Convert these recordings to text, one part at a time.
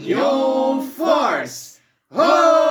Yon Force! Ho!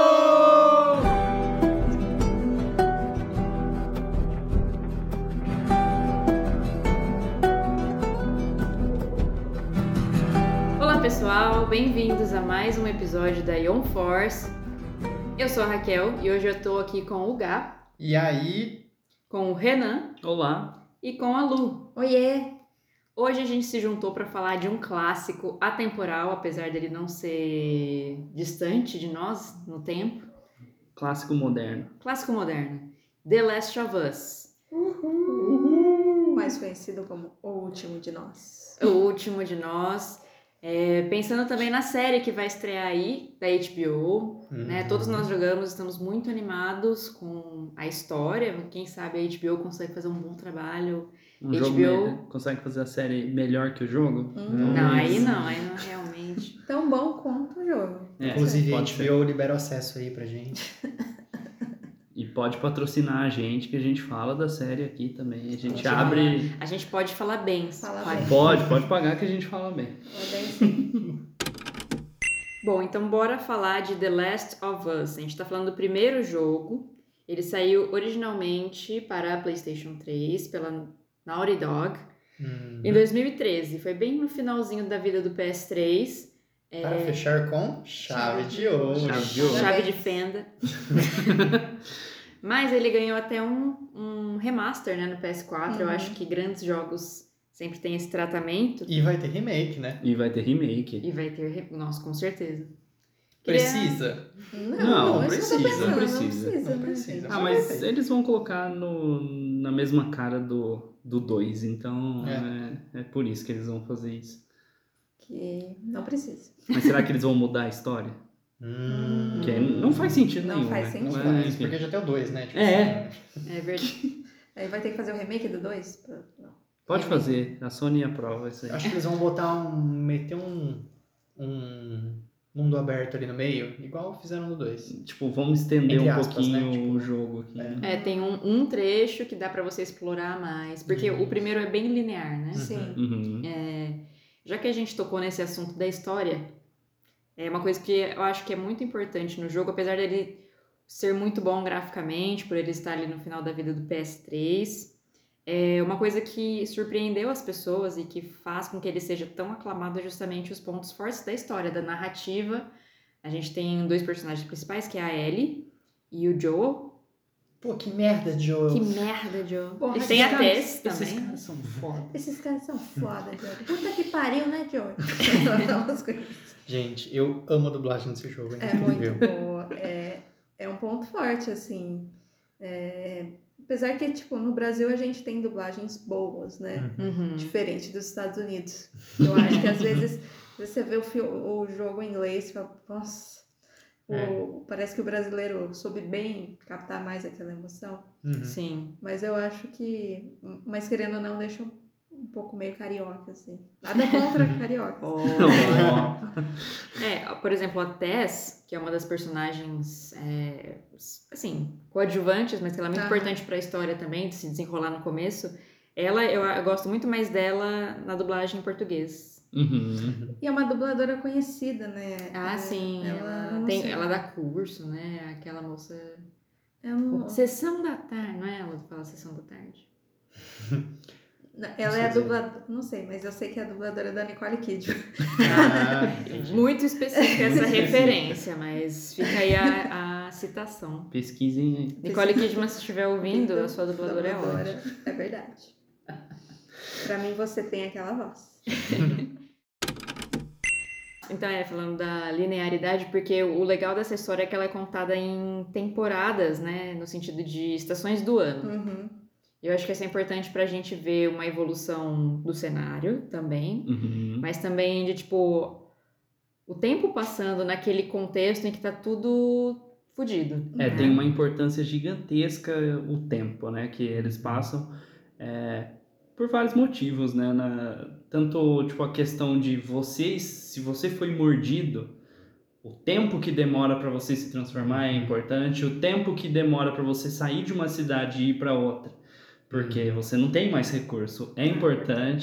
Olá pessoal, bem-vindos a mais um episódio da Yon Force. Eu sou a Raquel e hoje eu tô aqui com o Gá. E aí? Com o Renan. Olá. E com a Lu. Oiê! Hoje a gente se juntou para falar de um clássico atemporal, apesar dele não ser distante de nós no tempo. Clássico moderno. Clássico moderno. The Last of Us. Mais conhecido como O Último de Nós. O Último de Nós. Pensando também na série que vai estrear aí, da HBO, né? Todos nós jogamos, estamos muito animados com a história. Quem sabe a HBO consegue fazer um bom trabalho. Jogo consegue fazer a série melhor que o jogo? Não, aí não realmente. Tão bom quanto o jogo. Inclusive a HBO libera o acesso aí pra gente. E pode patrocinar a gente, que a gente fala da série aqui também. A gente A gente pode falar bem. Pode pagar que a gente fala bem. Bom, então bora falar de The Last of Us. A gente tá falando do primeiro jogo. Ele saiu originalmente para a PlayStation 3 pela Naughty Dog em 2013. Foi bem no finalzinho da vida do PS3. Para fechar com chave de ouro. Chave de fenda. Mas ele ganhou até um remaster, né, no PS4. Eu acho que grandes jogos sempre têm esse tratamento. E vai ter remake, né? E vai ter remake. E vai ter... Nossa, com certeza. Precisa? Não precisa. Não precisa. Ah, mas eles vão colocar na mesma cara do 2. Então é por isso que eles vão fazer isso. Que não precisa. Mas será que eles vão mudar a história? Que não faz sentido nenhum. Não faz sentido. Mas, porque já tem o 2, né? Tipo É verdade. Aí vai ter que fazer o remake do 2? Não. Pode fazer, a Sony aprova isso aí. Acho que eles vão meter um mundo aberto ali no meio, igual fizeram no 2. Tipo, vamos estender Entre um aspas, pouquinho né? Tipo, o jogo aqui. Tem um trecho que dá pra você explorar mais. Porque o primeiro é bem linear, né? Sim. Uhum. Já que a gente tocou nesse assunto da história, é uma coisa que eu acho que é muito importante no jogo, apesar dele ser muito bom graficamente, por ele estar ali no final da vida do PS3, é uma coisa que surpreendeu as pessoas e que faz com que ele seja tão aclamado é justamente os pontos fortes da história, da narrativa. A gente tem dois personagens principais, que é a Ellie e o Joel. Pô, que merda, Joel. Que merda, Joel. Porra, E tem a Tess também. Esses caras são foda. Esses caras são foda, Joey. Puta que pariu, né, Joey? Gente, eu amo a dublagem desse jogo. É muito boa. É um ponto forte, assim. Apesar que, tipo, no Brasil a gente tem dublagens boas, né? Diferente dos Estados Unidos. Eu acho que às vezes você vê o jogo em inglês e fala, nossa, parece que o brasileiro soube bem captar mais aquela emoção. Sim. Mas eu acho que, mas querendo ou não, deixa um pouco meio carioca, assim. Nada contra carioca. Por exemplo, a Tess, que é uma das personagens, assim, coadjuvantes, mas que ela é muito importante pra história também, de se desenrolar no começo, eu gosto muito mais dela na dublagem em português. E é uma dubladora conhecida, né? Sim, ela dá curso, né? Aquela moça... Sessão da tarde, não é ela que fala Sessão da Tarde? Ela é a dubladora, não sei, mas eu sei que é a dubladora da Nicole Kidman. Muito específica essa referência, mas fica aí a citação. Pesquisem aí. Nicole Kidman, se estiver ouvindo, a sua dubladora é ótima. É verdade. Pra mim, você tem aquela voz. Então, falando da linearidade, porque o legal dessa história é que ela é contada em temporadas, né? No sentido de estações do ano. Eu acho que isso é importante pra gente ver uma evolução do cenário também, mas também de, tipo, o tempo passando naquele contexto em que tá tudo fudido. Tem uma importância gigantesca o tempo, né? Que eles passam por vários motivos, né? Tanto, tipo, a questão de se você foi mordido, o tempo que demora para você se transformar é importante, o tempo que demora para você sair de uma cidade e ir para outra. Porque você não tem mais recurso. É importante.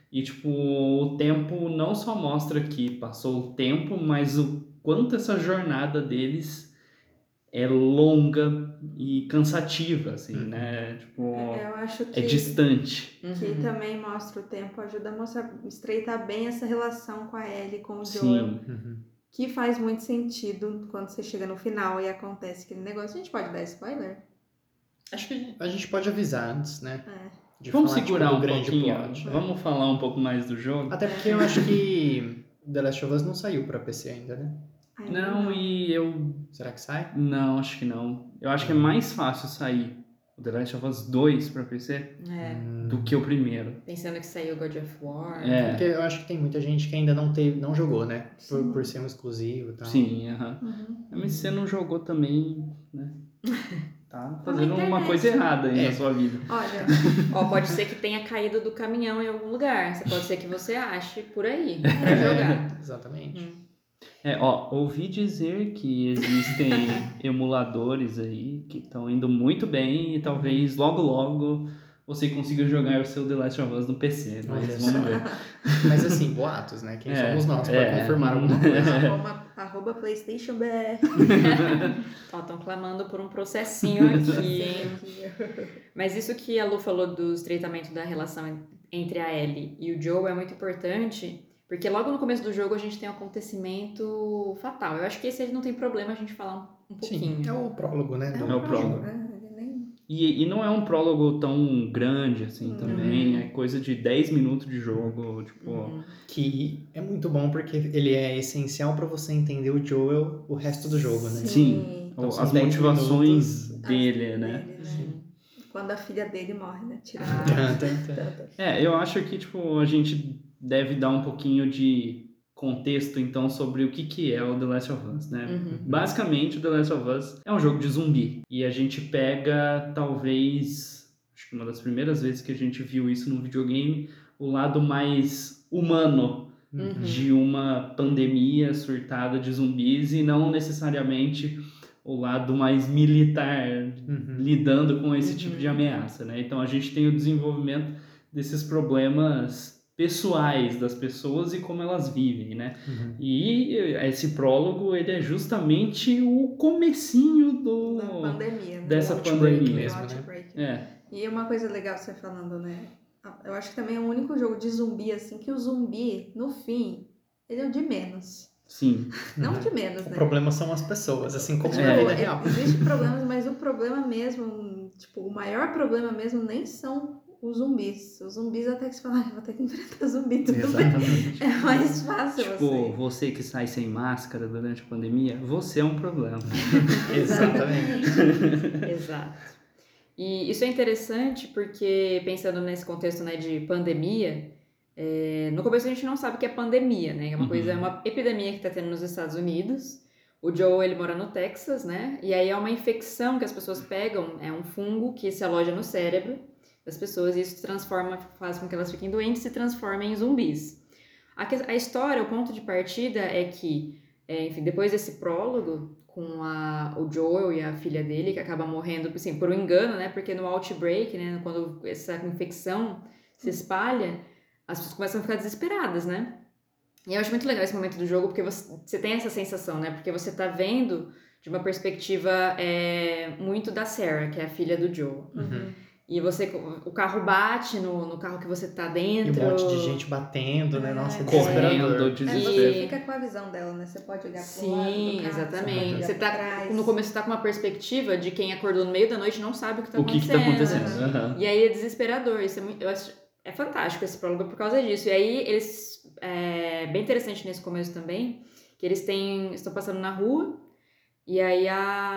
E, tipo, o tempo não só mostra que passou o tempo, mas o quanto essa jornada deles é longa e cansativa, assim, né? Tipo, Eu acho é distante. que também mostra o tempo, ajuda a mostrar, estreitar bem essa relação com a Ellie, com o Joel, Sim. que faz muito sentido quando você chega no final e acontece aquele negócio. A gente pode dar spoiler? Acho que a gente pode avisar antes, né? De Vamos falar, segurar do um grande pouquinho, plot. vamos falar um pouco mais do jogo. Até porque eu acho que The Last of Us não saiu pra PC ainda, né? Não, e eu... Será que sai? Não, acho que não. Eu acho que é mais fácil sair o The Last of Us 2 pra PC do que o primeiro. Pensando que saiu God of War. Porque eu acho que tem muita gente que ainda não jogou, né? Por ser um exclusivo e tal. Sim, Mas se você não jogou também, né? Tá fazendo uma coisa errada aí na sua vida. Olha, Pode ser que tenha caído do caminhão em algum lugar. Pode ser que você ache por aí pra jogar. Exatamente. Ouvi dizer que existem emuladores aí que estão indo muito bem e talvez logo você consiga jogar o seu The Last of Us no PC, mas vamos ver. Mas assim, boatos, né? Quem somos nós pra confirmar alguma coisa? @PlayStationBR. Estão clamando por um processinho aqui, hein? Mas isso que a Lu falou do estreitamento da relação entre a Ellie e o Joel é muito importante, porque logo no começo do jogo a gente tem um acontecimento fatal. Eu acho que esse aí não tem problema a gente falar um pouquinho. Sim, é o prólogo, né? É o prólogo. E não é um prólogo tão grande assim também, é coisa de 10 minutos de jogo, tipo... Que é muito bom porque ele é essencial pra você entender o Joel o resto do jogo, né? Sim, Então, as motivações dele, né? Quando a filha dele morre, né? Eu acho que, tipo, a gente deve dar um pouquinho de contexto, então, sobre o que é o The Last of Us, né? Basicamente, o The Last of Us é um jogo de zumbi. E a gente pega, talvez, acho que uma das primeiras vezes que a gente viu isso no videogame, o lado mais humano de uma pandemia surtada de zumbis e não necessariamente o lado mais militar lidando com esse tipo de ameaça, né? Então, a gente tem o desenvolvimento desses problemas pessoais das pessoas e como elas vivem, né? E esse prólogo, ele é justamente o comecinho da pandemia, né? dessa pandemia mesmo, né? E uma coisa legal você falando, né? Eu acho que também é o único jogo de zumbi, assim, que o zumbi, no fim, ele é o de menos. Sim. Não de menos, né? O problema são as pessoas, assim como na vida real. Existem problemas, mas o problema mesmo, tipo, o maior problema mesmo nem são os zumbis. Os zumbis até que você fala, vou ter que enfrentar zumbi, tudo Exatamente. bem. É mais fácil, tipo, você que sai sem máscara durante a pandemia, você é um problema. Exatamente. Exato. E isso é interessante porque, pensando nesse contexto, né, de pandemia, no começo a gente não sabe o que é pandemia, né? É uma epidemia que está tendo nos Estados Unidos. O Joel, ele mora no Texas, né? E aí é uma infecção que as pessoas pegam, é um fungo que se aloja no cérebro das pessoas e isso faz com que elas fiquem doentes e se transformem em zumbis. A história, o ponto de partida é que, enfim, depois desse prólogo, com o Joel e a filha dele, que acaba morrendo, assim, por um engano, né? Porque no outbreak, né? Quando essa infecção se espalha, as pessoas começam a ficar desesperadas, né? E eu acho muito legal esse momento do jogo, porque você tem essa sensação, né? Porque você tá vendo de uma perspectiva muito da Sarah, que é a filha do Joel. E o carro bate no carro que você tá dentro. E um monte de gente batendo, né? Nossa, correndo, Você fica com a visão dela, né? Você pode olhar pro lado do carro, exatamente. Você tá no começo você tá com uma perspectiva de quem acordou no meio da noite e não sabe o que tá acontecendo. O que tá acontecendo. E aí é desesperador. Eu acho fantástico esse prólogo por causa disso. E aí eles... É bem interessante nesse começo também, que eles estão passando na rua e aí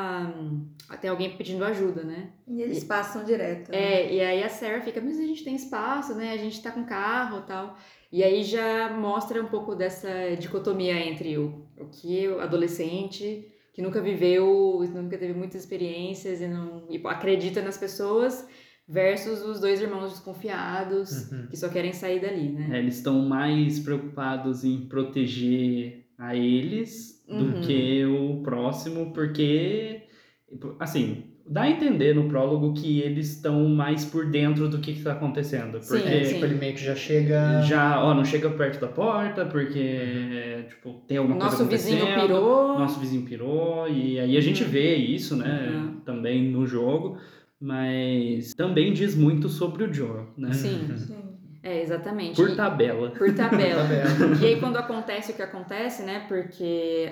tem alguém pedindo ajuda, né? E eles passam direto. Né? E aí a Sarah fica, mas a gente tem espaço, né? A gente tá com carro e tal. E aí já mostra um pouco dessa dicotomia entre o que o adolescente que nunca viveu, nunca teve muitas experiências e acredita nas pessoas versus os dois irmãos desconfiados que só querem sair dali, né? Eles estão mais preocupados em proteger a eles do que o próximo, porque, assim, dá a entender no prólogo que eles estão mais por dentro do que está acontecendo. Sim, Porque sim. Tipo, ele meio que já chega... não chega perto da porta, porque tipo, tem alguma coisa Nosso vizinho acontecendo. pirou. Nosso vizinho pirou. E aí a gente vê isso, né? Uhum. Também no jogo. Mas também diz muito sobre o Joel, né? Sim. Sim. Exatamente. Por tabela. Por tabela. Tabela. E aí quando acontece o que acontece, né? Porque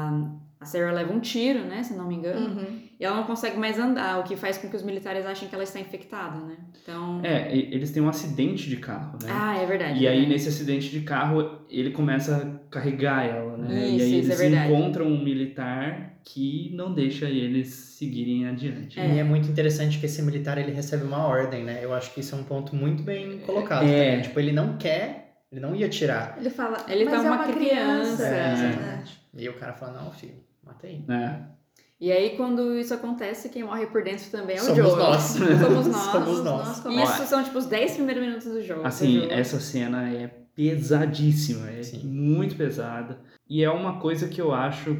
a Sarah leva um tiro, né? Se não me engano. Uhum. E ela não consegue mais andar, o que faz com que os militares achem que ela está infectada, né? Então... Eles têm um acidente de carro, né? Ah, é verdade. E aí, verdade. nesse acidente de carro, ele começa a carregar ela, né? Isso, e aí isso eles é verdade. encontram um militar que não deixa eles seguirem adiante. E é muito interessante que esse militar, ele recebe uma ordem, né? Eu acho que isso é um ponto muito bem colocado também. Tipo, ele não quer, ele não ia atirar. Ele fala, Ele mas tá é uma criança. Exatamente. E aí o cara fala, não, filho, mata aí. E aí, quando isso acontece, quem morre por dentro também é o Somos Joel. nós. Somos nós. Somos nós. E isso são, tipo, os 10 primeiros minutos do jogo. Assim, essa cena é pesadíssima, é Sim. muito pesada. E é uma coisa que eu acho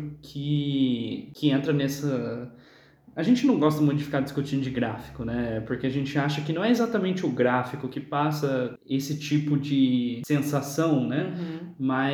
que entra nessa... A gente não gosta muito de ficar discutindo de gráfico, né? Porque a gente acha que não é exatamente o gráfico que passa esse tipo de sensação, né? Uhum.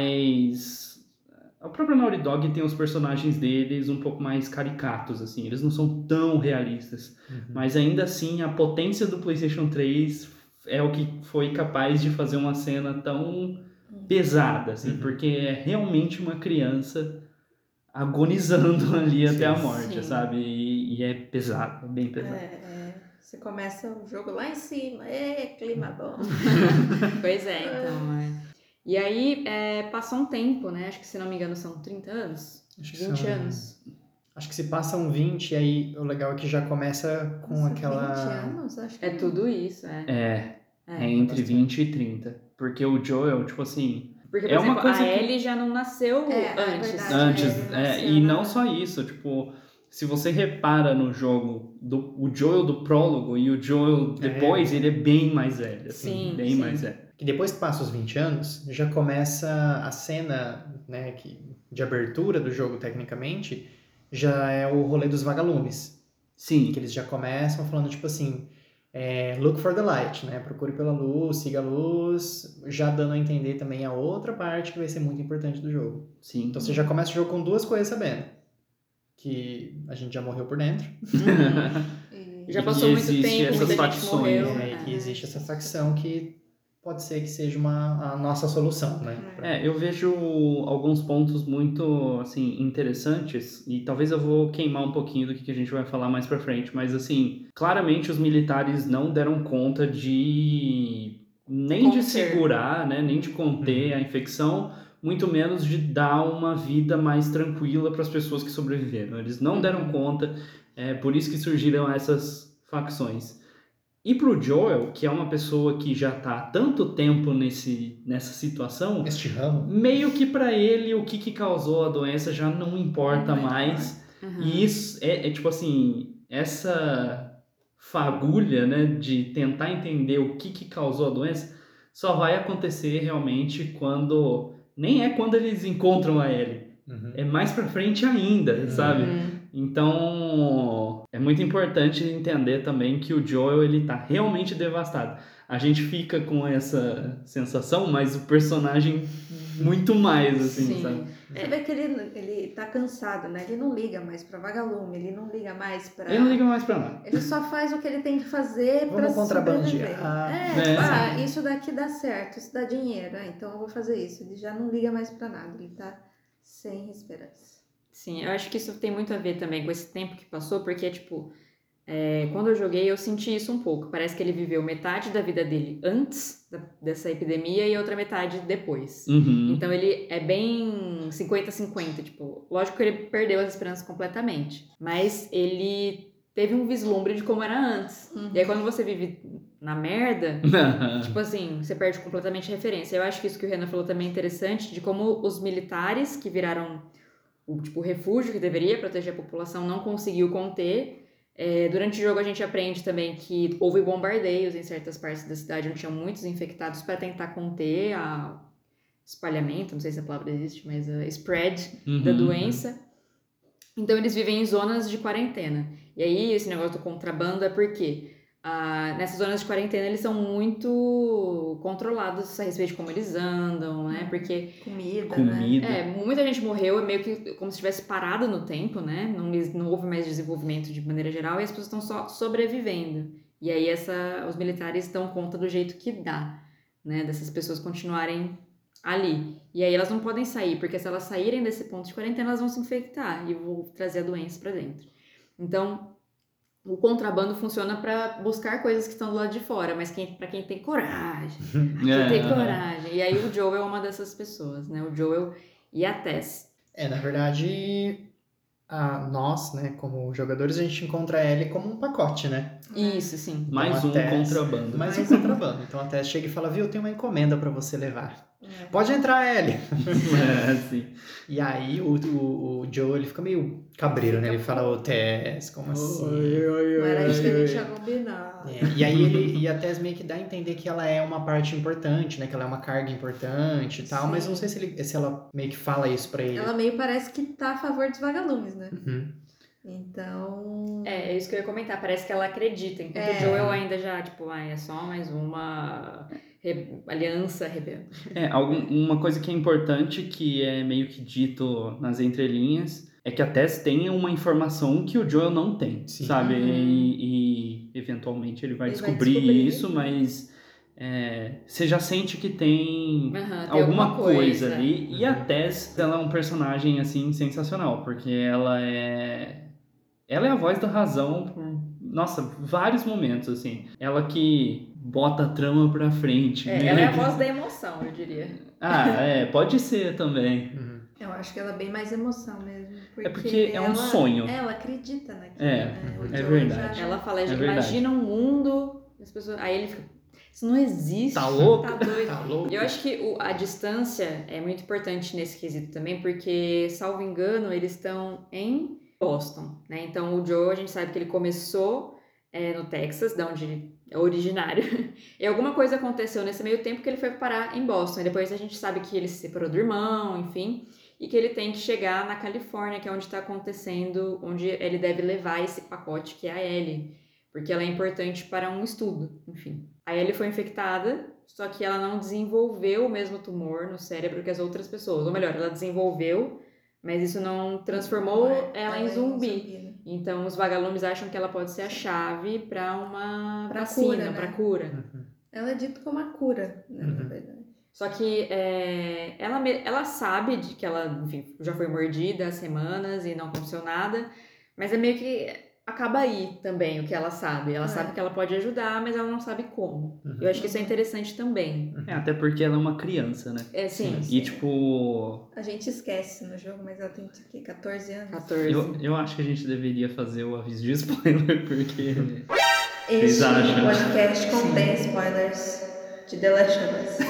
Mas a própria Naughty Dog tem os personagens deles um pouco mais caricatos, assim. Eles não são tão realistas. Mas ainda assim, a potência do PlayStation 3 é o que foi capaz de fazer uma cena tão pesada, assim. Porque é realmente uma criança agonizando ali até a morte, sim. sabe? E é pesado, bem pesado. Você começa o jogo lá em cima, clima bom. Pois é, então. E aí, passou um tempo, né? Acho que, se não me engano, são 30 anos? Acho que 20 são- anos. Acho que se passam 20, e aí o legal é que já começa com Nossa, aquela... 20 anos? Acho que É tudo isso, É entre bastante. 20 e 30. Porque o Joel, tipo assim... Porque, por É uma exemplo, coisa a que- Ellie já não nasceu antes. verdade. Antes, Ele nasceu e na- não só isso, tipo... Se você repara no jogo, o Joel do prólogo e o Joel depois, ele é bem mais velho, assim, Sim, bem sim. mais velho. Que depois que passa os 20 anos, já começa a cena, né, de abertura do jogo, tecnicamente, já é o rolê dos vagalumes. Sim, Que eles já começam falando, tipo assim, look for the light, né? Procure pela luz, siga a luz, já dando a entender também a outra parte que vai ser muito importante do jogo. sim. Então você já começa o jogo com duas coisas sabendo. Que a gente já morreu por dentro. E- Já E passou que muito existe tempo, essas muita gente facções, morreu. E que existe essa facção que pode ser que seja a nossa solução, né? Eu vejo alguns pontos muito, assim, interessantes e talvez eu vou queimar um pouquinho do que a gente vai falar mais pra frente, mas, assim, claramente os militares não deram conta de Conter. segurar, né, nem de conter a infecção, muito menos de dar uma vida mais tranquila para as pessoas que sobreviveram. Eles não deram conta, por isso que surgiram essas facções. E pro Joel, que é uma pessoa que já tá há tanto tempo nessa situação, Este ramo. meio que pra ele o que causou a doença já não importa mais. Uhum. E isso é tipo assim, essa fagulha, né, de tentar entender o que causou a doença, só vai acontecer realmente quando... Nem é quando eles encontram a Ellie. É mais pra frente ainda, sabe? Então, é muito importante entender também que o Joel, ele tá realmente devastado. A gente fica com essa sensação, mas o personagem muito mais, assim, Sim. sabe? Você vê que ele tá cansado, né? Ele não liga mais pra vagalume, ele não liga mais pra... Ele não liga mais pra nada. Ele só faz o que ele tem que fazer pra Vamos contrabandear. sobreviver. Isso daqui dá certo, isso dá dinheiro, então eu vou fazer isso. Ele já não liga mais pra nada, ele tá sem esperança. Sim, eu acho que isso tem muito a ver também com esse tempo que passou, porque, tipo, quando eu joguei eu senti isso um pouco. Parece que ele viveu metade da vida dele antes dessa epidemia e outra metade depois. Uhum. Então ele é bem 50-50, tipo, lógico que ele perdeu as esperanças completamente, mas ele teve um vislumbre de como era antes. E aí quando você vive na merda, tipo assim, você perde completamente a referência. Eu acho que isso que o Renan falou também é interessante, de como os militares que viraram o refúgio que deveria proteger a população não conseguiu conter. Durante o jogo a gente aprende também que houve bombardeios em certas partes da cidade onde tinham muitos infectados para tentar conter a espalhamento, não sei se a palavra existe, mas a spread da doença. Então eles vivem em zonas de quarentena. E aí, esse negócio do contrabando é porque nessas zonas de quarentena eles são muito controlados a respeito de como eles andam, né? Porque Comida. né? Muita gente morreu, é meio que como se tivesse parado no tempo, né? Não houve mais desenvolvimento de maneira geral e as pessoas estão só sobrevivendo. E aí os militares dão conta do jeito que dá, né? Dessas pessoas continuarem ali. E aí elas não podem sair, porque se elas saírem desse ponto de quarentena, elas vão se infectar e vão trazer a doença para dentro. Então, o contrabando funciona para buscar coisas que estão do lado de fora, mas para quem tem coragem, tem coragem. E aí o Joel é uma dessas pessoas, né? O Joel e a Tess. Na verdade, nós, né, como jogadores, a gente encontra a Ellie como um pacote, né? Isso, sim. Então, Mais um contrabando. Mais um contrabando. Então a Tess chega e fala, viu, tem uma encomenda para você levar. Pode entrar, Ellie. Sim. E aí o Joe, ele fica meio cabreiro, né? Ele fala, ô Tess, como assim? Não era isso que a gente tinha combinado. E aí a Tess meio que dá a entender que ela é uma parte importante, né? Que ela é uma carga importante e tal, mas não sei se ela meio que fala isso pra ele. Ela meio parece que tá a favor dos vagalumes, né? Uhum. Então... É isso que eu ia comentar, parece que ela acredita, enquanto o Joel ainda já, tipo, é só mais uma aliança rebelde. Uma coisa que é importante, que é meio que dito nas entrelinhas, é que a Tess tenha uma informação que o Joel não tem, Sim. sabe? Uhum. E eventualmente ele vai descobrir isso, mas você já sente que tem alguma coisa ali. E a Tess, ela é um personagem, assim, sensacional, porque ela é a voz da razão por, vários momentos, assim. Ela que bota a trama pra frente. Ela é a voz da emoção, eu diria. Pode ser também. Uhum. Eu acho que ela é bem mais emoção mesmo. Porque é um sonho. Ela acredita naquilo, né? O É Joel verdade. Ela fala, verdade. imagina um mundo... As pessoas... Aí ele fica, isso não existe. Tá louco? Tá doido. Tá louco. E eu acho que a distância é muito importante nesse quesito também, porque, salvo engano, eles estão em Boston, né? Então o Joe, a gente sabe que ele começou no Texas, da onde ele é originário, e alguma coisa aconteceu nesse meio tempo que ele foi parar em Boston, e depois a gente sabe que ele se separou do irmão, enfim, e que ele tem que chegar na Califórnia, que é onde está acontecendo, onde ele deve levar esse pacote que é a Ellie, porque ela é importante para um estudo, enfim. A Ellie foi infectada, só que ela não desenvolveu o mesmo tumor no cérebro que as outras pessoas, ou melhor, ela desenvolveu, mas isso não transformou ela em zumbi. Então, os vagalumes acham que ela pode ser a chave para uma vacina, para cura. Uhum. Ela é dita como a cura, né, na verdade. Só que ela sabe de que ela, enfim, já foi mordida há semanas e não aconteceu nada, mas é meio que acaba aí também o que ela sabe. Ela sabe que ela pode ajudar, mas ela não sabe como. Uhum. Eu acho que isso é interessante também. Até porque ela é uma criança, né? Sim. E tipo... A gente esquece no jogo, mas ela tem, 14 anos? 14. Eu acho que a gente deveria fazer o aviso de spoiler, porque... Este podcast contém spoilers de The Last of Us.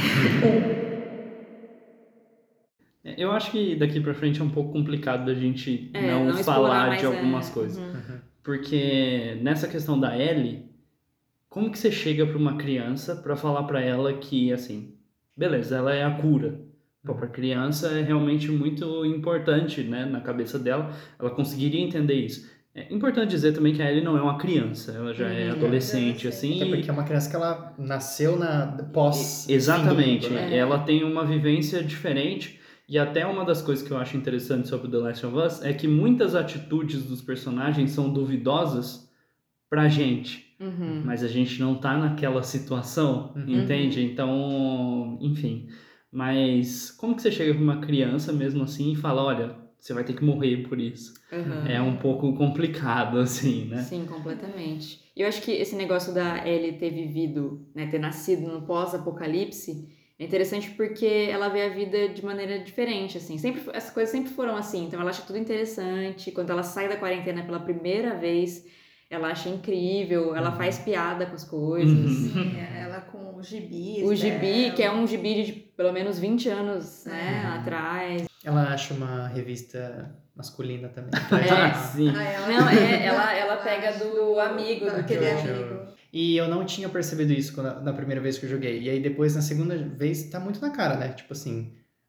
Eu acho que daqui pra frente é um pouco complicado da gente não falar de algumas coisas. Uhum. Porque nessa questão da Ellie, como que você chega pra uma criança pra falar pra ela que, assim, beleza, ela é a cura. Pô, pra criança é realmente muito importante, né, na cabeça dela, ela conseguiria entender isso. É importante dizer também que a Ellie não é uma criança, ela já é adolescente, assim. Até porque é uma criança que ela nasceu pós... Exatamente, fim do mundo, né? Ela tem uma vivência diferente. E até uma das coisas que eu acho interessante sobre The Last of Us é que muitas atitudes dos personagens são duvidosas pra gente. Uhum. Mas a gente não tá naquela situação, entende? Então, enfim. Mas como que você chega pra uma criança mesmo assim e fala, olha, você vai ter que morrer por isso? É um pouco complicado, assim, né? Sim, completamente. Eu acho que esse negócio da Ellie ter vivido, né, ter nascido no pós-apocalipse, é interessante porque ela vê a vida de maneira diferente, assim. As coisas sempre foram assim, então ela acha tudo interessante. Quando ela sai da quarentena pela primeira vez, ela acha incrível, ela faz piada com as coisas. Ela com os gibis. O gibi, que é um gibi de pelo menos 20 anos, né, atrás. Ela acha uma revista masculina também. Sim. Ela pega do amigo, daquele Joe. amigo. E eu não tinha percebido isso na primeira vez que eu joguei. E aí depois, na segunda vez, tá muito na cara, né? Tipo assim,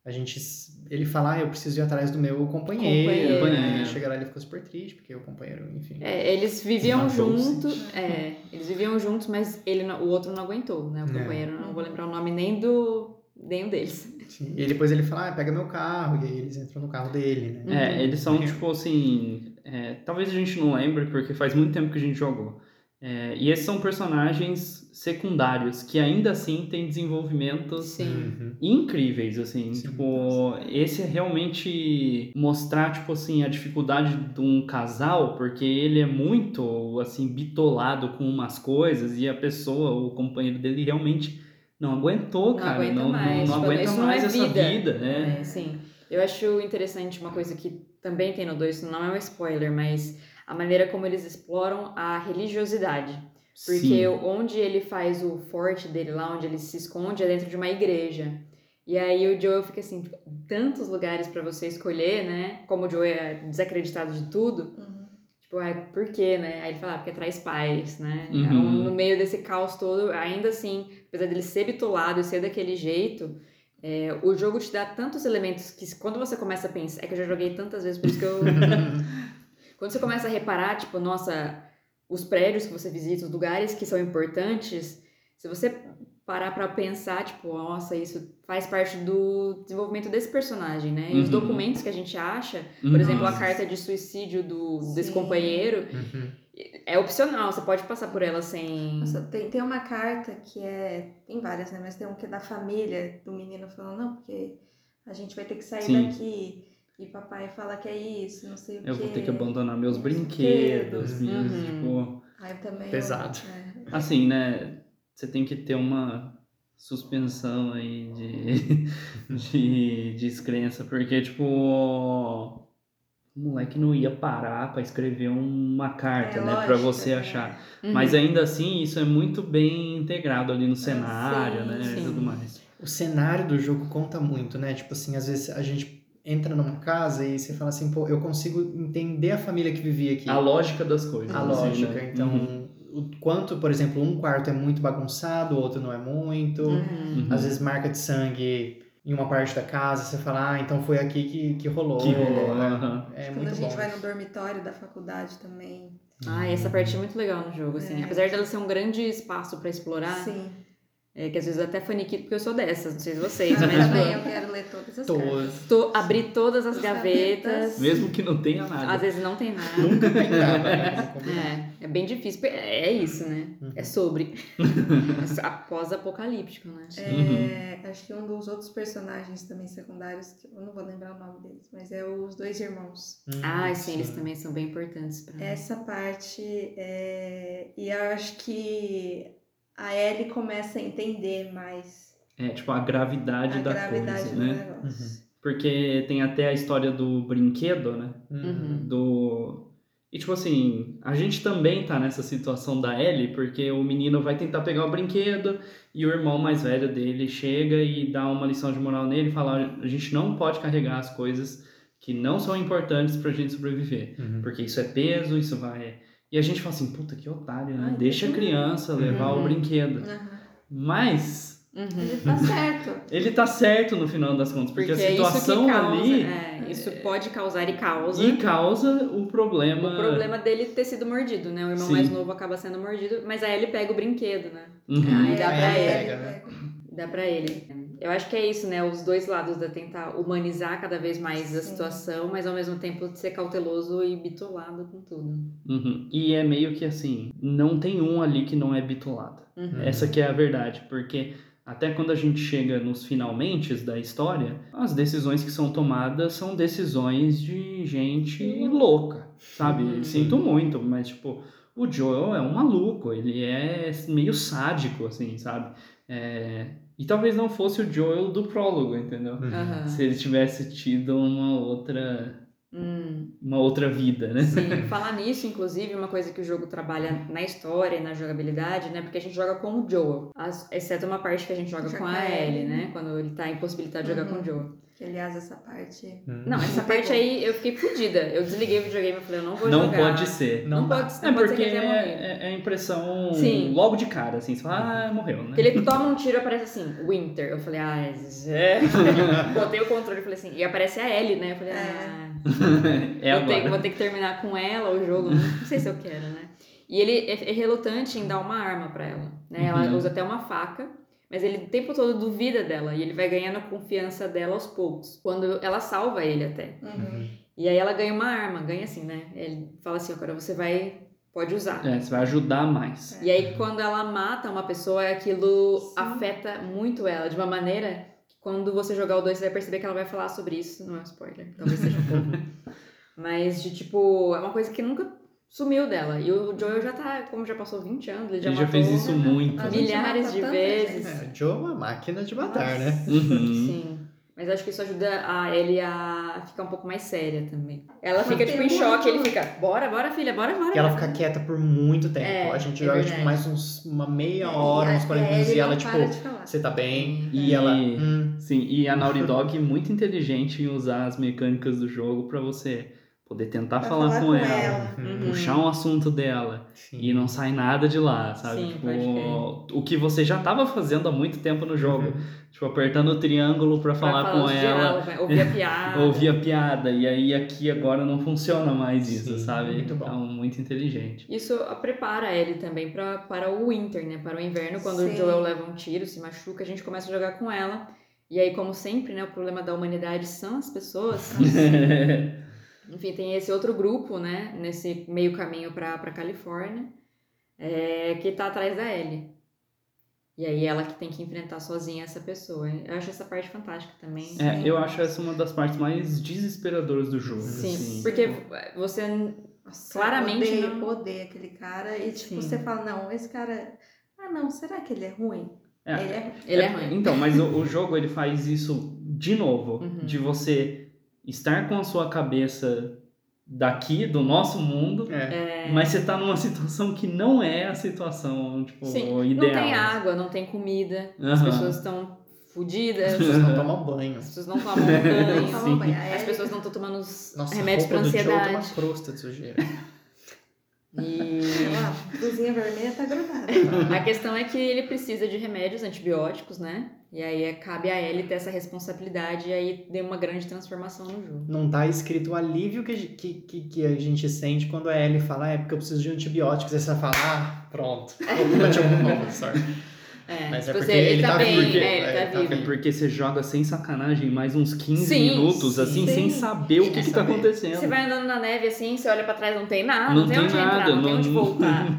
Ele fala, eu preciso ir atrás do meu companheiro. Companheiro. Chega lá, ele ficou super triste, porque o companheiro, enfim... Eles viviam matou-se. juntos, eles viviam juntos, mas o outro não aguentou, né? O companheiro, não vou lembrar o nome nem nenhum deles. Sim. E depois ele fala, pega meu carro, e aí eles entram no carro dele, né? Eles são, tipo assim... talvez a gente não lembre, porque faz muito tempo que a gente jogou. E esses são personagens secundários, que ainda assim têm desenvolvimentos incríveis, assim. Sim. Tipo, esse é realmente mostrar, tipo assim, a dificuldade de um casal, porque ele é muito, assim, bitolado com umas coisas e a pessoa, o companheiro dele, realmente não aguentou, cara. Aguenta mais. Não aguenta isso mais não é essa vida, né? Sim. Eu acho interessante uma coisa que também tem no 2, isso não é um spoiler, mas a maneira como eles exploram a religiosidade. Porque onde ele faz o forte dele lá, onde ele se esconde, é dentro de uma igreja. E aí o Joel fica assim, tipo, tantos lugares pra você escolher, né? Como o Joel é desacreditado de tudo. Tipo, por quê, né? Aí ele fala, porque traz paz, né? No meio desse caos todo, ainda assim, apesar dele ser bitolado e ser daquele jeito... o jogo te dá tantos elementos que quando você começa a pensar... É que eu já joguei tantas vezes, por isso que eu... Quando você começa a reparar, tipo, nossa, os prédios que você visita, os lugares que são importantes, se você parar pra pensar, tipo, nossa, isso faz parte do desenvolvimento desse personagem, né? E os documentos que a gente acha, por exemplo, a carta de suicídio desse companheiro, é opcional, você pode passar por ela sem... Nossa, tem uma carta que tem várias, né? Mas tem um que é da família do menino falando, não, porque a gente vai ter que sair daqui. E papai fala que é isso, não sei o quê. Eu vou ter que abandonar meus brinquedos, tipo... Aí também... Pesado. Assim, né? Você tem que ter uma suspensão aí de descrença, porque, tipo... O moleque não ia parar pra escrever uma carta, né? Lógico, pra você achar. Mas ainda assim, isso é muito bem integrado ali no cenário, né? E tudo mais. O cenário do jogo conta muito, né? Tipo assim, às vezes a gente entra numa casa e você fala assim, pô, eu consigo entender a família que vivia aqui. A lógica das coisas. A assim, lógica. né? Então, o quanto, por exemplo, um quarto é muito bagunçado, o outro não é muito. Às vezes marca de sangue em uma parte da casa, você fala, então foi aqui que rolou. É Quando muito a gente bom. vai no dormitório da faculdade também. Essa parte é muito legal no jogo, assim. Apesar dela ser um grande espaço pra explorar. Sim. Que às vezes até faniquito, porque eu sou dessas, não sei se vocês, mas... também eu quero ler todas as cartas. Abrir todas as gavetas. Mesmo que não tenha nada. Às vezes não tem nada. Nunca tem nada, né? É bem difícil. É isso, né? É sobre. Pós-apocalíptico, né? Acho que um dos outros personagens também secundários, que eu não vou lembrar o nome deles, mas é os dois irmãos. Sim, eles também são bem importantes pra mim. Essa parte, e eu acho que a Ellie começa a entender mais Tipo, a gravidade da gravidade coisa, do né? negócio. Porque tem até a história do brinquedo, né? E tipo assim, a gente também tá nessa situação da Ellie, porque o menino vai tentar pegar o brinquedo e o irmão mais velho dele chega e dá uma lição de moral nele e fala, a gente não pode carregar as coisas que não são importantes pra gente sobreviver. Porque isso é peso, isso vai... E a gente fala assim, puta, que otário, né? Deixa a criança levar o brinquedo. Mas... Ele tá certo. Ele tá certo no final das contas, porque a situação isso que causa, ali... isso pode causar e causa. E causa o problema... O problema dele ter sido mordido, né? O irmão mais novo acaba sendo mordido, mas aí ele pega o brinquedo, né? Aí dá pra ele. Dá pra ele. Eu acho que é isso, né? Os dois lados da tentar humanizar cada vez mais a situação, mas ao mesmo tempo ser cauteloso e bitolado com tudo. E é meio que assim, não tem um ali que não é bitolado. Essa que é a verdade, porque até quando a gente chega nos finalmente da história, as decisões que são tomadas são decisões de gente louca, sabe? Sinto muito, mas tipo, o Joel é um maluco, ele é meio sádico, assim, sabe? E talvez não fosse o Joel do prólogo, entendeu? Se ele tivesse tido uma outra vida, né? Sim, falar nisso, inclusive, uma coisa que o jogo trabalha na história e na jogabilidade, né? Porque a gente joga com o Joel, exceto uma parte que a gente joga com a Ellie, né? Quando ele tá impossibilitado de jogar com o Joel. Aliás, essa parte... Não, essa parte aí eu fiquei fodida. Eu desliguei o videogame e falei, eu não vou jogar. Não pode ser. Não pode ser. É Pode porque ser que ele tenha morrido. é a impressão Sim. logo de cara, assim. Você fala, morreu, né? Porque ele toma um tiro e aparece assim, Winter. Eu falei, botei o controle e falei assim, e aparece a Ellie, né? Eu falei, vou ter que terminar com ela o jogo, não sei se eu quero, né? E ele é relutante em dar uma arma pra ela, né? Ela usa até uma faca, mas ele o tempo todo duvida dela e ele vai ganhando a confiança dela aos poucos, quando ela salva ele até. E aí ela ganha uma arma, ganha assim, né? Ele fala assim, agora você pode usar. Você vai ajudar mais. E aí quando ela mata uma pessoa, aquilo afeta muito ela, de uma maneira que quando você jogar o 2 você vai perceber que ela vai falar sobre isso, não é um spoiler, talvez seja um pouco. Mas de tipo, é uma coisa que nunca sumiu dela. E o Joel já tá, como já passou 20 anos, ele já fez isso muito. Milhares de vezes. O Joel é uma máquina de matar, né? Sim. Mas acho que isso ajuda a Ellie a ficar um pouco mais séria também. Ela fica, tipo, em choque, ele fica, bora, filha, bora. E ela fica quieta por muito tempo. A gente joga, tipo, mais uma meia hora, uns 40 minutos, e ela, tipo, você tá bem? E ela... Sim, e a Naughty Dog é muito inteligente em usar as mecânicas do jogo pra você poder tentar falar com ela. Puxar um assunto dela. Sim. E não sai nada de lá, sabe? Sim, tipo, o que você já tava fazendo há muito tempo no jogo. Tipo, apertando o triângulo pra falar com ela. Ouvir a piada. Ouvir a piada. E aí aqui agora não funciona mais isso, sabe? Muito bom. Então, muito inteligente. Isso prepara ele também para o Winter, né? Para o inverno, quando o Joel leva um tiro, se machuca, a gente começa a jogar com ela. E aí, como sempre, né? O problema da humanidade são as pessoas. Enfim, tem esse outro grupo, né? Nesse meio caminho pra Califórnia, que tá atrás da Ellie. E aí ela que tem que enfrentar sozinha essa pessoa. Eu acho essa parte fantástica também. Eu acho essa uma das partes mais desesperadoras do jogo. Sim, assim. porque você claramente odeia aquele cara e tipo, você fala, não, esse cara... será que ele é ruim? Ele é ruim. Então, mas o jogo ele faz isso de novo, de você estar com a sua cabeça daqui, do nosso mundo, mas você tá numa situação que não é a situação, tipo, ideal. Não tem água, não tem comida, as pessoas estão fodidas. As pessoas não tomam banho. As pessoas não tomam banho. As pessoas não estão tomando os remédios pra ansiedade. Tem uma crosta de sujeira. A blusinha vermelha tá grudada. A questão é que ele precisa de remédios, antibióticos, né? E aí cabe a Ellie ter essa responsabilidade e aí deu uma grande transformação no jogo. Não tá escrito o alívio que a gente sente quando a Ellie fala, porque eu preciso de antibióticos. Aí você fala, pronto. Mas é porque ele tá bem, vivo. Ele tá vivo. É porque você joga sem sacanagem mais uns 15 minutos, assim, sem saber o que tá acontecendo. Você vai andando na neve assim, você olha pra trás, não tem nada, não tem onde entrar, não tem onde voltar.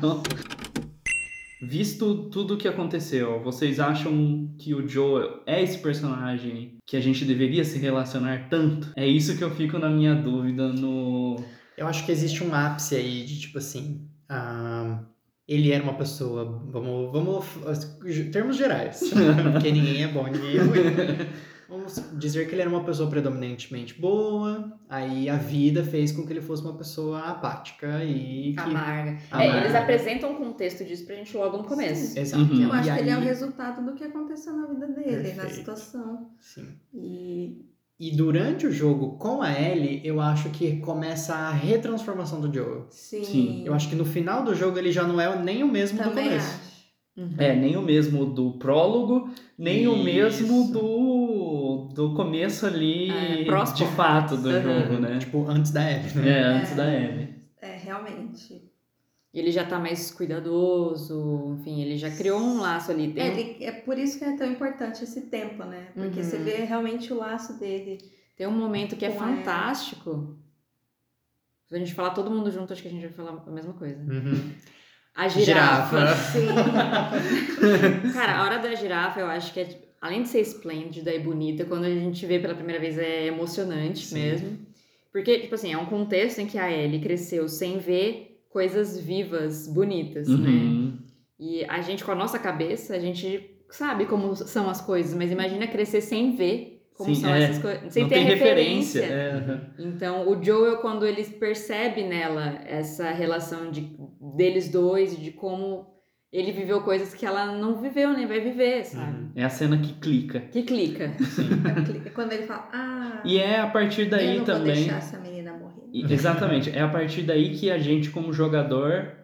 Visto tudo o que aconteceu, vocês acham que o Joel é esse personagem que a gente deveria se relacionar tanto? É isso que eu fico na minha dúvida no... Eu acho que existe um ápice aí de, tipo assim... ele era uma pessoa... Vamos termos gerais. Porque ninguém é bom, ninguém é ruim. Vamos dizer que ele era uma pessoa predominantemente boa, aí a vida fez com que ele fosse uma pessoa apática e... Amarga. Eles apresentam um contexto disso pra gente logo no começo. Exato. Eu acho que ele é o resultado do que aconteceu na vida dele, na situação. Sim. E durante o jogo com a Ellie, eu acho que começa a retransformação do Joel. Sim. Eu acho que no final do jogo ele já não é nem o mesmo do começo. Acho. Nem o mesmo do prólogo, nem o mesmo do começo ali, de fato, do jogo, né? Tipo, antes da Ellie, né? Antes da Ellie. Realmente. Ele já tá mais cuidadoso, enfim, ele já criou um laço ali. É por isso que é tão importante esse tempo, né? Porque você vê realmente o laço dele. Tem um momento que é fantástico. Se a gente falar todo mundo junto, acho que a gente vai falar a mesma coisa. A girafa. Sim. Cara, a hora da girafa, eu acho que além de ser esplêndida e bonita, quando a gente vê pela primeira vez é emocionante mesmo. Porque, tipo assim, é um contexto em que a Ellie cresceu sem ver coisas vivas, bonitas, né? E a gente, com a nossa cabeça, a gente sabe como são as coisas, mas imagina crescer sem ver como são essas coisas, sem ter referência. Então, o Joel, quando ele percebe nela essa relação deles dois, de como ele viveu coisas que ela não viveu, nem vai viver, sabe? É a cena que clica. Que clica. É quando ele fala, E é a partir daí eu não também... vou deixar essa menina morrer. Exatamente. É a partir daí que a gente, como jogador,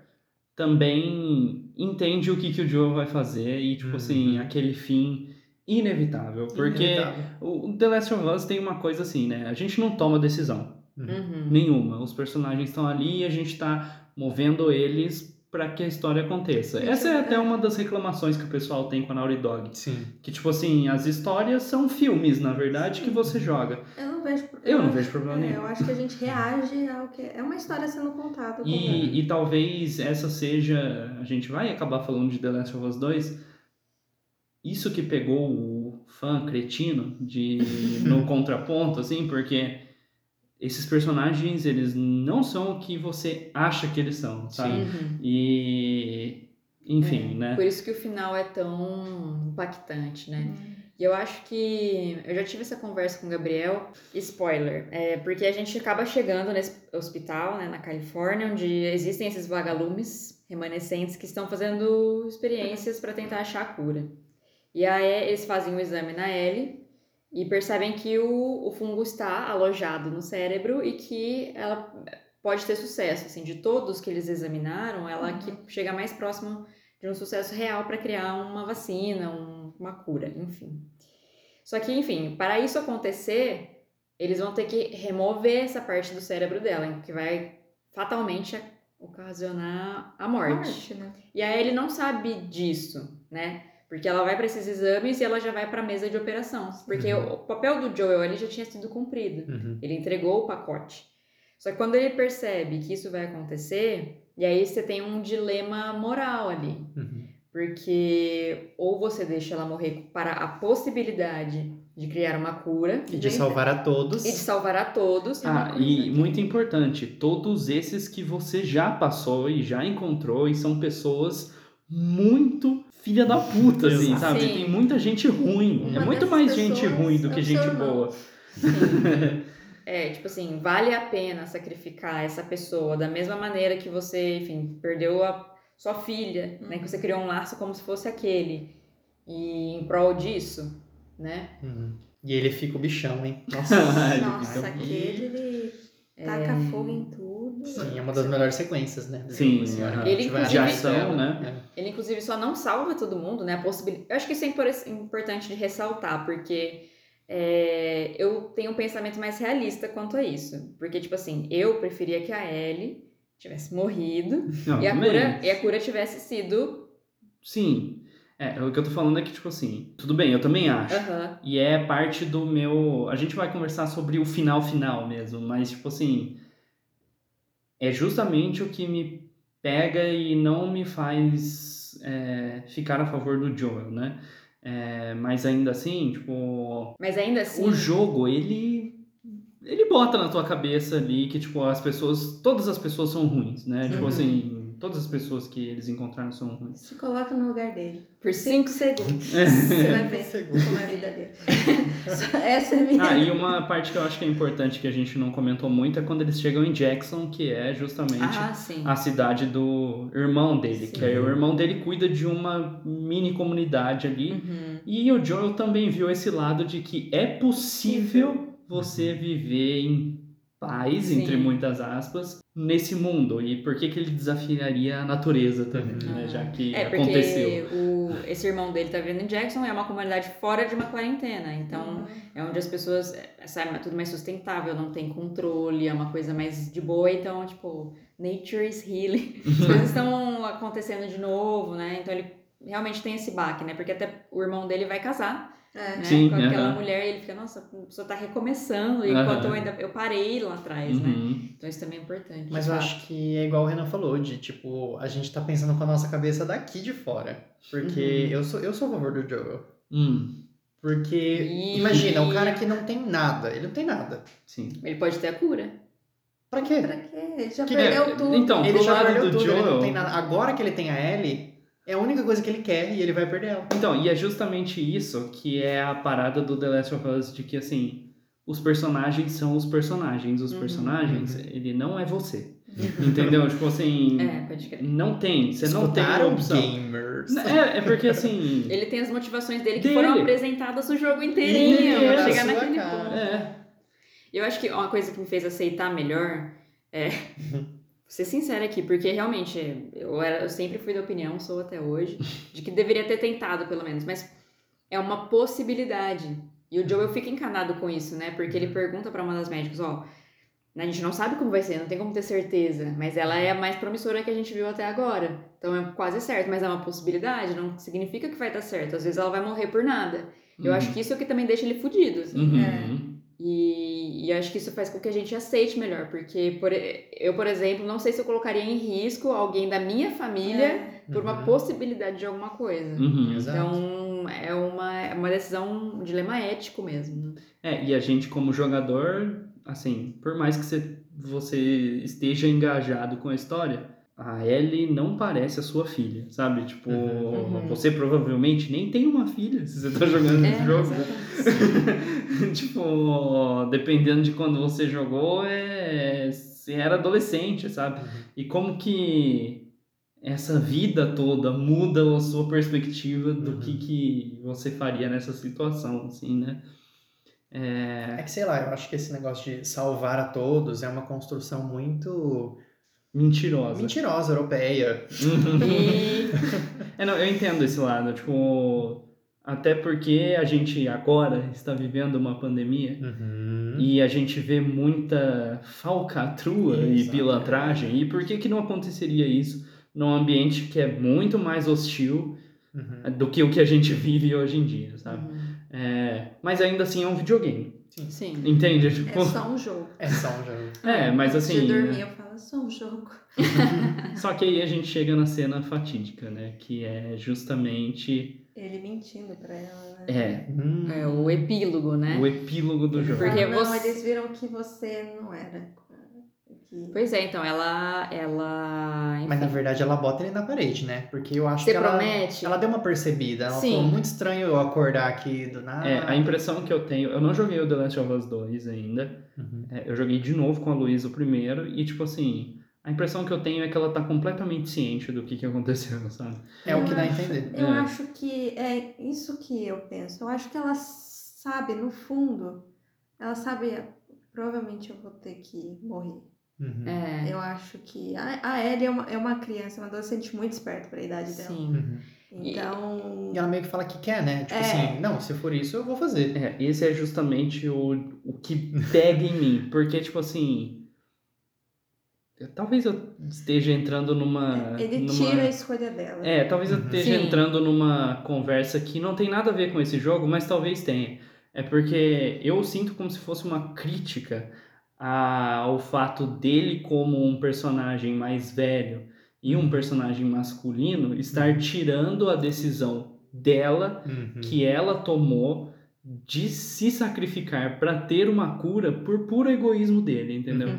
também entende o que o Joel vai fazer e, tipo assim, aquele fim inevitável. Porque o The Last of Us tem uma coisa assim, né? A gente não toma decisão nenhuma. Os personagens estão ali e a gente tá movendo eles para que a história aconteça. Essa é até uma das reclamações que o pessoal tem com a Naughty Dog. Sim. Que, tipo assim, as histórias são filmes, na verdade, que você joga. Eu não vejo problema nenhum. Eu acho que a gente reage ao que... É uma história sendo contada. E talvez essa seja... A gente vai acabar falando de The Last of Us 2. Isso que pegou o fã cretino no contraponto, assim, porque... Esses personagens, eles não são o que você acha que eles são, sabe? E... Enfim, né? Por isso que o final é tão impactante, né? E eu acho que... Eu já tive essa conversa com o Gabriel. Spoiler. Porque a gente acaba chegando nesse hospital, né, na Califórnia, onde existem esses vagalumes remanescentes que estão fazendo experiências para tentar achar a cura. E aí eles fazem um exame na Ellie e percebem que o fungo está alojado no cérebro e que ela pode ter sucesso. Assim, de todos que eles examinaram, ela que chega mais próximo de um sucesso real para criar uma vacina, uma cura, enfim. Só que, enfim, para isso acontecer, eles vão ter que remover essa parte do cérebro dela, que vai fatalmente ocasionar a morte. Né? E aí ele não sabe disso, né? Porque ela vai para esses exames e ela já vai para a mesa de operação. Porque o papel do Joel ali já tinha sido cumprido. Ele entregou o pacote. Só que quando ele percebe que isso vai acontecer, e aí você tem um dilema moral ali. Porque ou você deixa ela morrer para a possibilidade de criar uma cura. E de salvar a todos. E de salvar a todos. E muito importante, todos esses que você já passou e já encontrou e são pessoas muito filha da puta, assim, sabe? Sim. Tem muita gente ruim. É muito mais gente ruim do que gente boa. Tipo assim, vale a pena sacrificar essa pessoa da mesma maneira que você, enfim, perdeu a sua filha, né? Que você criou um laço como se fosse aquele. E em prol disso, né? E ele fica o bichão, hein? Nossa, aquele taca fogo em tudo. Sim, é uma das melhores sequências, né? Sim, ele inclusive, de ação, né? Ele inclusive só não salva todo mundo, né? Eu acho que isso é importante de ressaltar, porque eu tenho um pensamento mais realista quanto a isso. Porque, tipo assim, eu preferia que a Ellie tivesse morrido e a cura tivesse sido... Sim. O que eu tô falando é que, tipo assim, tudo bem, eu também acho. E é parte do meu... A gente vai conversar sobre o final mesmo, mas, tipo assim... É justamente o que me pega e não me faz ficar a favor do Joel, né? Mas ainda assim, tipo... o jogo, ele bota na tua cabeça ali que, tipo, todas as pessoas são ruins, né? Tipo assim... Todas as pessoas que eles encontraram são ruins. Se coloca no lugar dele. Por 5 segundos. Você vai ver como é a vida dele. Essa é a minha... E uma parte que eu acho que é importante que a gente não comentou muito é quando eles chegam em Jackson, que é justamente a cidade do irmão dele. Sim. Que aí o irmão dele cuida de uma mini comunidade ali. E o Joel também viu esse lado de que é possível você viver em paz, entre muitas aspas, nesse mundo. E por que ele desafiaria a natureza também, né? Já que aconteceu. Porque esse irmão dele tá vivendo em Jackson, é uma comunidade fora de uma quarentena. Então, é onde as pessoas, sabe, é tudo mais sustentável, não tem controle, é uma coisa mais de boa. Então, tipo, nature is healing. As coisas estão acontecendo de novo, né? Então, ele realmente tem esse baque, né? Porque até o irmão dele vai casar. Né? Sim, com aquela mulher, e ele fica, nossa, a pessoa tá recomeçando, enquanto eu parei lá atrás, né? Então isso também é importante. Mas eu acho que é igual o Renan falou, de tipo, a gente tá pensando com a nossa cabeça daqui de fora. Porque eu sou a favor do Joel. Porque, imagina, o cara que não tem nada, ele não tem nada. Sim. Ele pode ter a cura. Pra quê? Ele já perdeu tudo. Então, ele já perdeu do tudo, Joel... ele não tem nada. Agora que ele tem a Ellie... É a única coisa que ele quer e ele vai perder ela. Então, e é justamente isso que é a parada do The Last of Us, de que, assim, os personagens são os personagens. Os personagens, ele não é você. Entendeu? Tipo assim, Pode crer. não tem, você não tem Escutaram opção. gamers. É porque assim... Ele tem as motivações dele que foram apresentadas no jogo inteirinho, Inteiro, pra chegar na sua naquele cara. ponto. Eu acho que uma coisa que me fez aceitar melhor é... Vou ser sincera aqui, porque realmente eu sempre fui da opinião, sou até hoje, de que deveria ter tentado pelo menos, mas é uma possibilidade. E o Joel fica encanado com isso, né? Porque ele pergunta pra uma das médicas, a gente não sabe como vai ser, não tem como ter certeza, mas ela é a mais promissora que a gente viu até agora. Então é quase certo, mas é uma possibilidade, não significa que vai dar certo. Às vezes ela vai morrer por nada. Eu acho que isso é o que também deixa ele fudido, assim. E eu acho que isso faz com que a gente aceite melhor, porque eu, por exemplo, não sei se eu colocaria em risco alguém da minha família por uma possibilidade de alguma coisa. Então é uma decisão, um dilema ético mesmo. E a gente como jogador, assim, por mais que você esteja engajado com a história, a Ellie não parece a sua filha, sabe? Tipo, você provavelmente nem tem uma filha se você tá jogando esse jogo. Tipo, dependendo de quando você jogou, você era adolescente, sabe? E como que essa vida toda muda a sua perspectiva do que você faria nessa situação, assim, né? É que, sei lá, eu acho que esse negócio de salvar a todos é uma construção muito... Mentirosa, europeia. Não, eu entendo esse lado, tipo... Até porque a gente agora está vivendo uma pandemia e a gente vê muita falcatrua e pilantragem. E por que não aconteceria isso num ambiente que é muito mais hostil do que o que a gente vive hoje em dia, sabe? Mas ainda assim é um videogame. Sim. Entende? Tipo... É só um jogo. mas assim... Antes de dormir eu falo, é só um jogo. Só que aí a gente chega na cena fatídica, né? Que é justamente... Ele mentindo pra ela, né? É o epílogo, né? O epílogo do jogo. Porque não, eles viram que você não era. Pois é, então ela enfim. Mas na verdade ela bota ele na parede, né? Porque eu acho Você que promete? ela deu uma percebida. Ela falou, muito estranho eu acordar aqui do nada. A impressão que eu tenho... Eu não joguei o The Last of Us 2 ainda. Eu joguei de novo com a Luísa o primeiro. E tipo assim... A impressão que eu tenho é que ela tá completamente ciente do que aconteceu, sabe? É o que dá a entender. Eu acho que é isso que eu penso. Eu acho que ela sabe, no fundo, ela sabe, provavelmente eu vou ter que morrer. Eu acho que a Ellie é uma criança, uma adolescente muito esperta pra idade dela. Sim. Então... E ela meio que fala que quer, né? Tipo assim, não, se for isso, eu vou fazer. Esse é justamente o que pega em mim. Porque, tipo assim... Talvez eu esteja entrando numa... tira a escolha dela. Talvez eu esteja entrando numa conversa que não tem nada a ver com esse jogo, mas talvez tenha. É porque eu sinto como se fosse uma crítica ao fato dele como um personagem mais velho e um personagem masculino estar tirando a decisão dela, que ela tomou, de se sacrificar para ter uma cura por puro egoísmo dele, entendeu?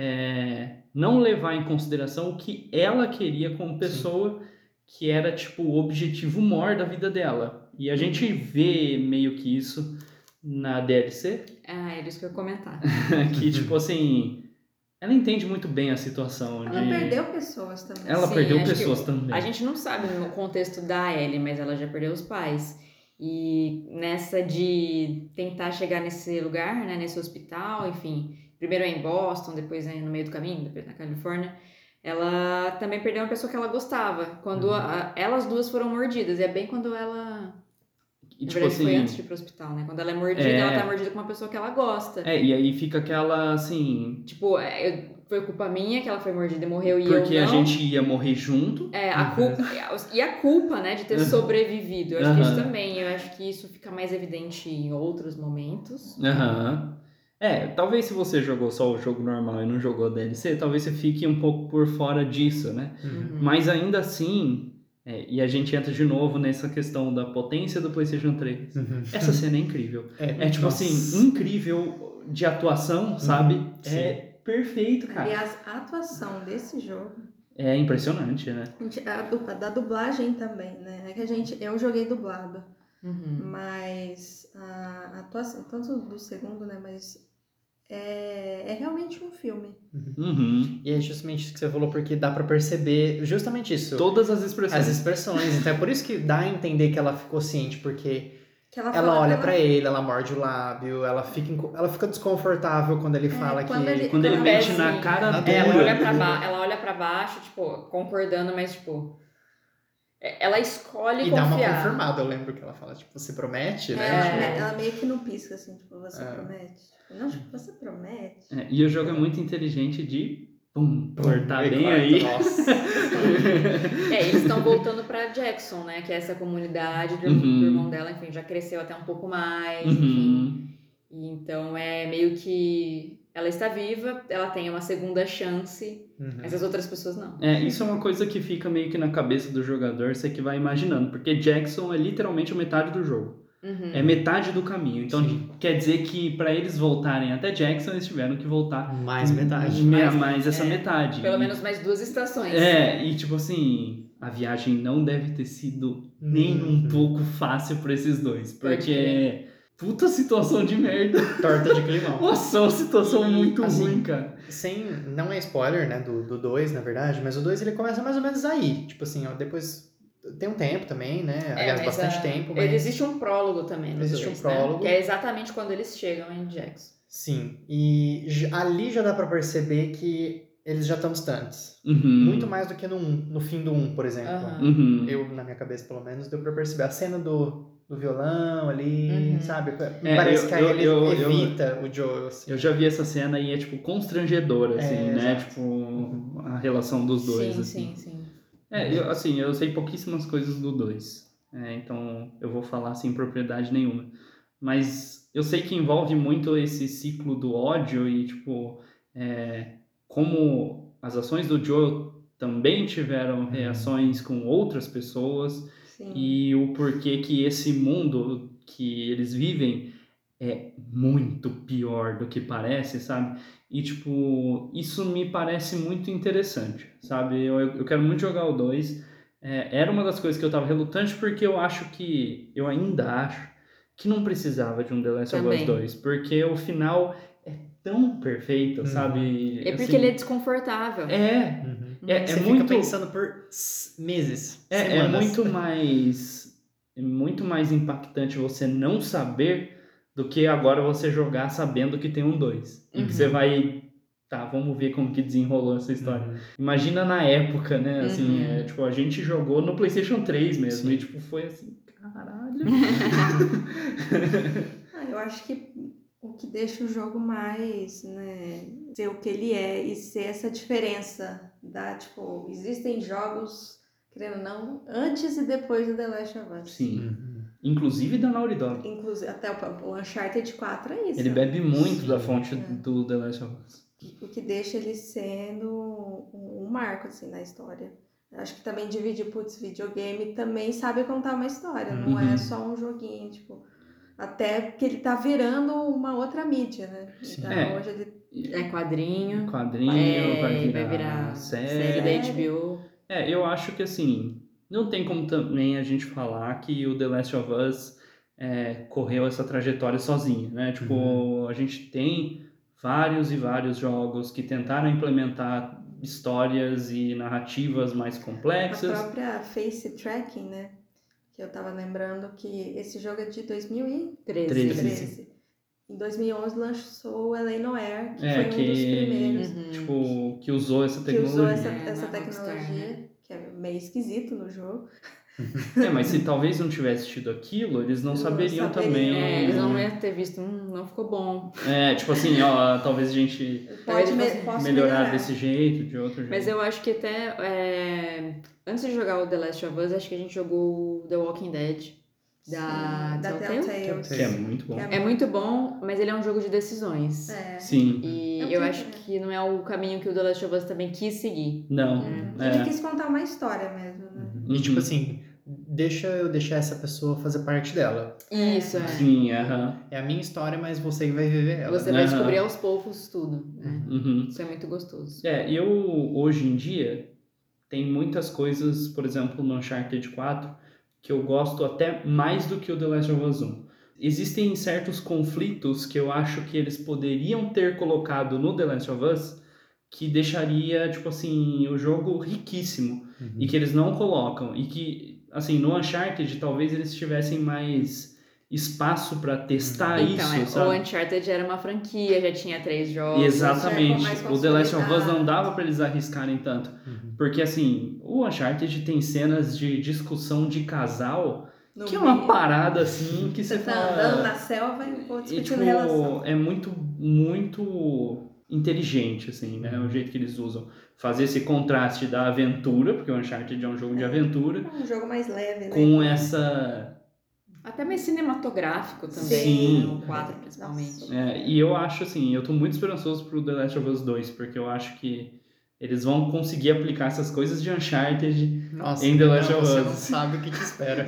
Não levar em consideração o que ela queria como pessoa, que era tipo o objetivo maior da vida dela. E a gente vê meio que isso na DLC. Era isso que eu ia comentar. Que tipo assim, ela entende muito bem a situação. Ela perdeu pessoas também. Ela perdeu pessoas também. A gente não sabe no contexto da Ellie, mas ela já perdeu os pais. E nessa de tentar chegar nesse lugar, né, nesse hospital, enfim... Primeiro em Boston, depois no meio do caminho, depois na Califórnia. Ela também perdeu uma pessoa que ela gostava. Quando elas duas foram mordidas. E é bem quando ela... Na verdade, foi antes de ir pro hospital, né? Quando ela é mordida, ela tá mordida com uma pessoa que ela gosta. E aí fica aquela, assim... Tipo, foi culpa minha que ela foi mordida e morreu e eu não. Porque a gente ia morrer junto. A culpa... E a culpa, né, de ter sobrevivido. Eu acho que isso também. Eu acho que isso fica mais evidente em outros momentos. Talvez se você jogou só o jogo normal e não jogou DLC, talvez você fique um pouco por fora disso, né? Mas ainda assim, e a gente entra de novo nessa questão da potência do PlayStation 3. Essa cena é incrível. Tipo assim, incrível de atuação, sabe? É perfeito, cara. Aliás, a atuação desse jogo... É impressionante, né? A da dublagem também, né? É que eu joguei dublado. Mas a atuação, tanto do segundo, né? Mas é realmente um filme. Uhum. E é justamente isso que você falou, porque dá pra perceber justamente isso. Todas as expressões. As expressões. Então é por isso que dá a entender que ela ficou ciente, porque Que ela ela fala- olha ela- pra ele, ela morde o lábio, ela fica desconfortável quando ele fala quando que... ele- Quando ele Ela mete é na assim, cara na dura. Ela dura. olha pra baixo, tipo, concordando, mas, tipo... Ela escolhe E dá uma confiar. confirmada, eu lembro que ela fala, tipo, você promete, É, né? ela meio que não pisca, assim, tipo, você É. promete. Tipo, não, tipo, você promete. E o jogo é muito inteligente de cortar Ele bem corta, aí. Nossa. Eles estão voltando pra Jackson, né? Que é essa comunidade do Uhum. irmão dela, enfim, já cresceu até um pouco mais, enfim. E então é meio que ela está viva, ela tem uma segunda chance, mas as outras pessoas não. Isso é uma coisa que fica meio que na cabeça do jogador, você que vai imaginando, porque Jackson é literalmente a metade do jogo. É metade do caminho. Então Sim. quer dizer que para eles voltarem até Jackson, eles tiveram que voltar Mais metade. mais essa É, metade. Pelo menos mais 2 estações. E tipo assim, a viagem não deve ter sido nem um pouco fácil para esses dois, Pode porque puta situação de merda. Torta de climão. Nossa, uma situação E, muito assim, ruim, cara. Não é spoiler, né, do 2, na verdade, mas o 2 ele começa mais ou menos aí. Tipo assim, ó, depois tem um tempo também, né? Aliás, mas bastante tempo, mas... Existe um prólogo também no Existe 2, um prólogo. né? Que é exatamente quando eles chegam em Jackson. Sim, e ali já dá pra perceber que eles já estão distantes. Uhum. Muito mais do que no fim do 1, por exemplo. Uhum. Eu, na minha cabeça, pelo menos, deu pra perceber. A cena do violão ali, sabe? Parece que aí ele evita o Joel. Assim. Eu já vi essa cena e é, tipo, constrangedora, assim, né? exato. Tipo, a relação dos dois, Sim, assim. sim. Eu sei pouquíssimas coisas do 2. Então, eu vou falar sem propriedade nenhuma. Mas eu sei que envolve muito esse ciclo do ódio e, tipo, como as ações do Joel também tiveram reações com outras pessoas. Sim. E o porquê que esse mundo que eles vivem é muito pior do que parece, sabe? E, tipo, isso me parece muito interessante, sabe? Eu quero muito jogar o 2. Era uma das coisas que eu tava relutante porque eu ainda acho que não precisava de um The Last of Us 2, porque o final é tão perfeito, sabe? É porque assim, ele é desconfortável. Você muito... fica pensando por meses, É semanas. muito mais impactante você não saber do que agora você jogar sabendo que tem um 2. E que você vai... Tá, vamos ver como que desenrolou essa história. Imagina na época, né? Assim, tipo, a gente jogou no PlayStation 3 mesmo. Sim. E, tipo, foi assim, caralho. Eu acho que o que deixa o jogo mais, né, ser o que ele é e ser essa diferença tipo, existem jogos, querendo ou não, antes e depois do The Last of Us. Sim. Inclusive da Naughty Dog. Inclusive, até o Uncharted 4 é isso. Ele bebe muito da fonte do The Last of Us. O que deixa ele sendo um marco, assim, na história. Acho que também dividir, videogame também sabe contar uma história, não é só um joguinho, tipo... Até porque ele tá virando uma outra mídia, né? Sim. Então, hoje ele... É quadrinho. Vai Vai virar série da HBO. Eu acho que, assim, não tem como também a gente falar que o The Last of Us correu essa trajetória sozinho, né? Tipo, a gente tem vários e vários jogos que tentaram implementar histórias e narrativas mais complexas. A própria Face Tracking, né? Que eu tava lembrando que esse jogo é de 2013. Em 2011 lançou o L.A. Noire, que foi um dos primeiros. Tipo, que usou essa tecnologia. Que usou essa tecnologia, que é meio esquisito no jogo. Mas se talvez não tivesse tido aquilo, eles não saberiam também. Eles não iam ter visto, não ficou bom. Tipo assim, ó, talvez a gente Pode melhorar desse jeito, de outro jeito. Mas eu acho que até antes de jogar o The Last of Us, acho que a gente jogou The Walking Dead da Telltale. Que é muito bom. É muito bom, mas ele é um jogo de decisões. Sim. E eu acho que não é o caminho que o The Last of Us também quis seguir. Não. Ele quis contar uma história mesmo, né? E tipo assim, deixa eu deixar essa pessoa fazer parte dela. Isso, Sim, É a minha história, mas você vai viver ela. Você vai descobrir aos poucos tudo, né? Isso é muito gostoso. Eu, hoje em dia, tem muitas coisas, por exemplo, no Uncharted 4, que eu gosto até mais do que o The Last of Us 1. existem certos conflitos que eu acho que eles poderiam ter colocado no The Last of Us que deixaria, tipo assim, o jogo riquíssimo. E que eles não colocam. E que, assim, no Uncharted talvez eles tivessem mais espaço pra testar isso, sabe? O Uncharted era uma franquia, já tinha 3 jogos. Exatamente. mais O The Last of Us consolidado. não dava pra eles arriscarem tanto. Porque, assim, o Uncharted tem cenas de discussão de casal No que é uma meio. parada, assim, que você Você tá fala... andando na selva e vou E, discutindo tipo, relação. é muito inteligente, assim, né? O jeito que eles usam. Fazer esse contraste da aventura, porque o Uncharted é um jogo de aventura, É um jogo mais leve, né? com essa... Até mais cinematográfico também, Sim. no 4 principalmente. Nossa. E eu acho, assim, eu tô muito esperançoso pro The Last of Us 2, porque eu acho que eles vão conseguir aplicar essas coisas de Uncharted Nossa, em The Last of você Us. não sabe o que te espera.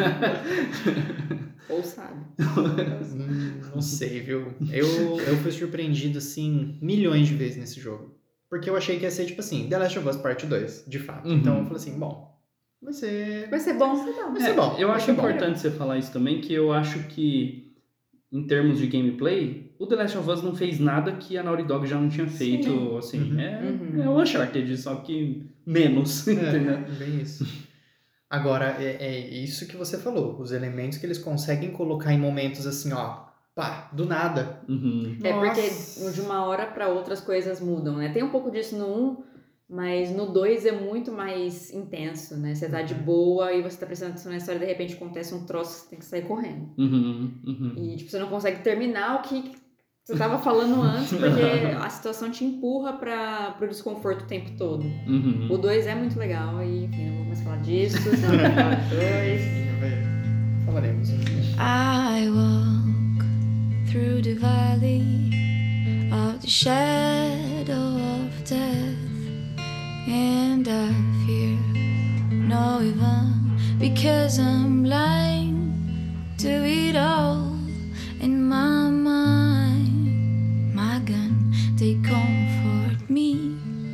Ou sabe. Não sei, viu? Eu fui surpreendido, assim, milhões de vezes nesse jogo. Porque eu achei que ia ser, tipo assim, The Last of Us Parte 2, de fato. Uhum. Então eu falei assim, bom, vai ser Vai ser bom. vai ser bom. Eu vai acho ser bom. importante você falar isso também, que eu acho que, em termos de gameplay, o The Last of Us não fez nada que a Naughty Dog já não tinha feito, assim. Uhum. É o Uncharted, só que menos, entendeu? É, bem isso. Agora, é isso que você falou. Os elementos que eles conseguem colocar em momentos assim, ó, pá, do nada. Uhum. É porque Nossa. de uma hora pra outra as coisas mudam, né? Tem um pouco disso no 1, mas no 2 é muito mais intenso, né? Você tá de boa e você tá prestando atenção na história e de repente acontece um troço que você tem que sair correndo. Uhum. E tipo, você não consegue terminar o que você tava falando antes porque a situação te empurra pro desconforto o tempo todo. Uhum. O 2 é muito legal e, enfim, não vou mais falar disso, senão eu vou falar do 2. Falaremos. I walk through the valley of the shadow of death, and I fear no evil because I'm blind to it all. In my mind, my gun, they comfort me,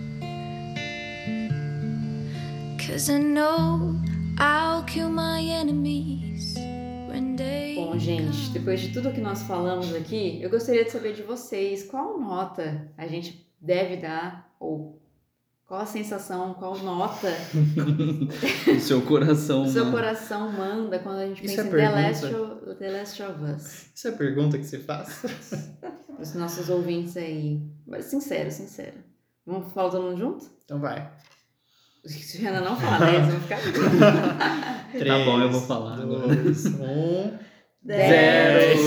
'cause I know I'll kill my enemies when they Bom, gente, depois de tudo que nós falamos aqui, eu gostaria de saber de vocês qual nota a gente deve dar, ou qual a sensação, qual nota O seu coração. o seu né? coração manda quando a gente Isso pensa é em The Last of Us. Isso é a pergunta que você faz? Para os nossos ouvintes aí. Mas sincero. Vamos falar todo mundo junto? Então vai. Se o Renan não falar 10, vamos ficar aqui. Tá bom, eu vou falar. 2, 1... 10.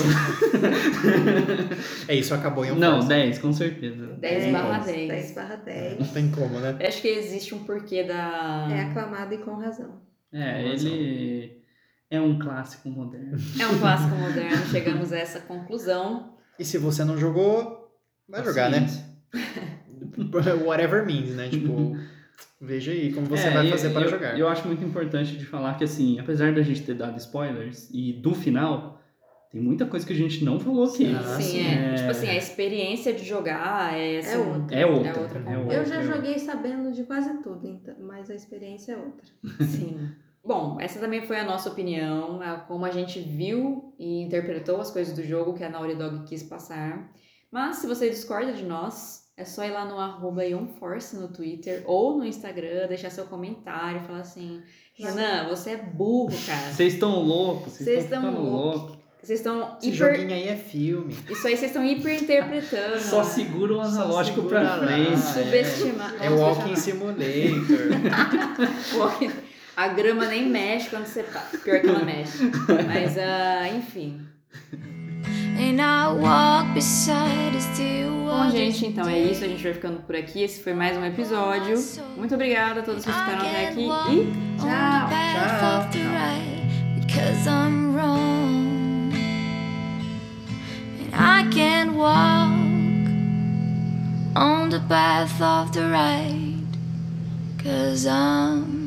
É isso, acabou em um Não, force. 10, com certeza. 10/10. 10/10. Não tem como, né? Eu acho que existe um porquê da... É aclamado e com razão. Ele é um clássico moderno. É um clássico moderno, chegamos a essa conclusão. E se você não jogou, vai jogar, né? Whatever means, né? Tipo, veja aí como você vai fazer para jogar. Eu acho muito importante de falar que, assim, apesar da gente ter dado spoilers e do final, tem muita coisa que a gente não falou aqui. Sim, Tipo assim, a experiência de jogar é assim, outra. É outra. Eu já joguei sabendo de quase tudo, então, mas a experiência é outra. Sim. Bom, essa também foi a nossa opinião, como a gente viu e interpretou as coisas do jogo que a Naughty Dog quis passar. Mas se você discorda de nós, é só ir lá no @ionforce no Twitter ou no Instagram, deixar seu comentário, falar assim, Renan, você é burro, cara. Vocês estão loucos, Vocês estão estão ficando loucos. loucos. Vocês estão Esse joguinho aí é filme. Isso aí vocês estão hiperinterpretando. Só segura o analógico segura pra lá. frente. Subestimar. É Walking Simulator. A grama nem mexe quando você tá. Pior que ela mexe. Mas, enfim. and I walk beside the still Bom, waters. gente, então é isso. A gente vai ficando por aqui. Esse foi mais um episódio. Muito obrigada a todos que ficaram até aqui. E On the path of the right, because I'm wrong, and I can't walk on the path of the right, 'cause I'm